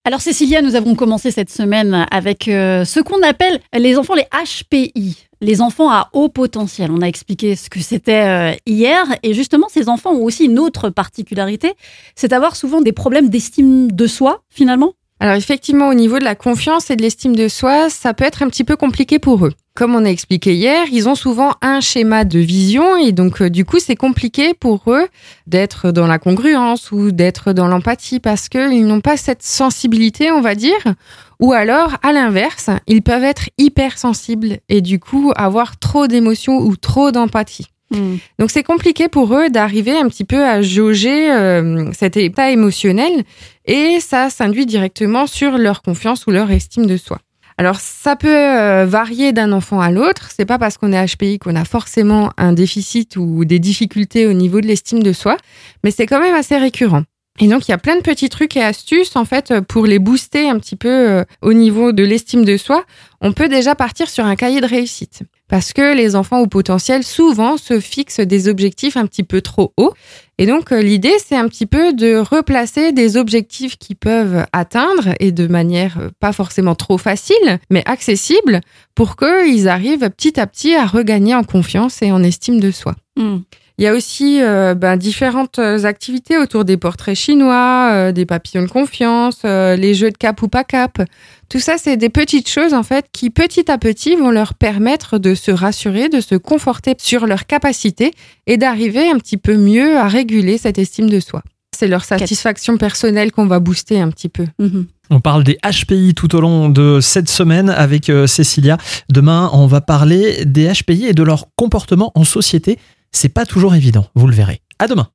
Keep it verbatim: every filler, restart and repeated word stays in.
Alors Cécilia, nous avons commencé cette semaine avec euh, ce qu'on appelle les enfants les H P I, les enfants à haut potentiel. On a expliqué ce que c'était euh, hier et justement ces enfants ont aussi une autre particularité, c'est d'avoir souvent des problèmes d'estime de soi finalement. Alors effectivement, au niveau de la confiance et de l'estime de soi, ça peut être un petit peu compliqué pour eux. Comme on a expliqué hier, ils ont souvent un schéma de vision et donc euh, du coup, c'est compliqué pour eux d'être dans la congruence ou d'être dans l'empathie parce qu'ils n'ont pas cette sensibilité, on va dire. Ou alors, à l'inverse, ils peuvent être hypersensibles et du coup avoir trop d'émotions ou trop d'empathie. Mmh. Donc c'est compliqué pour eux d'arriver un petit peu à jauger euh, cet état émotionnel et ça s'induit directement sur leur confiance ou leur estime de soi. Alors ça peut euh, varier d'un enfant à l'autre, c'est pas parce qu'on est H P I qu'on a forcément un déficit ou des difficultés au niveau de l'estime de soi, mais c'est quand même assez récurrent. Et donc, il y a plein de petits trucs et astuces, en fait, pour les booster un petit peu euh, au niveau de l'estime de soi. On peut déjà partir sur un cahier de réussite. Parce que les enfants au potentiel, souvent, se fixent des objectifs un petit peu trop hauts. Et donc, euh, l'idée, c'est un petit peu de replacer des objectifs qu'ils peuvent atteindre et de manière euh, pas forcément trop facile, mais accessible pour qu'ils arrivent petit à petit à regagner en confiance et en estime de soi. Mmh. Il y a aussi euh, ben, différentes activités autour des portraits chinois, euh, des papillons de confiance, euh, les jeux de cap ou pas cap. Tout ça, c'est des petites choses en fait qui petit à petit vont leur permettre de se rassurer, de se conforter sur leurs capacités et d'arriver un petit peu mieux à réguler cette estime de soi. C'est leur satisfaction personnelle qu'on va booster un petit peu. Mmh. On parle des H P I tout au long de cette semaine avec euh, Cécilia. Demain, on va parler des H P I et de leur comportement en société. C'est pas toujours évident, vous le verrez. À demain.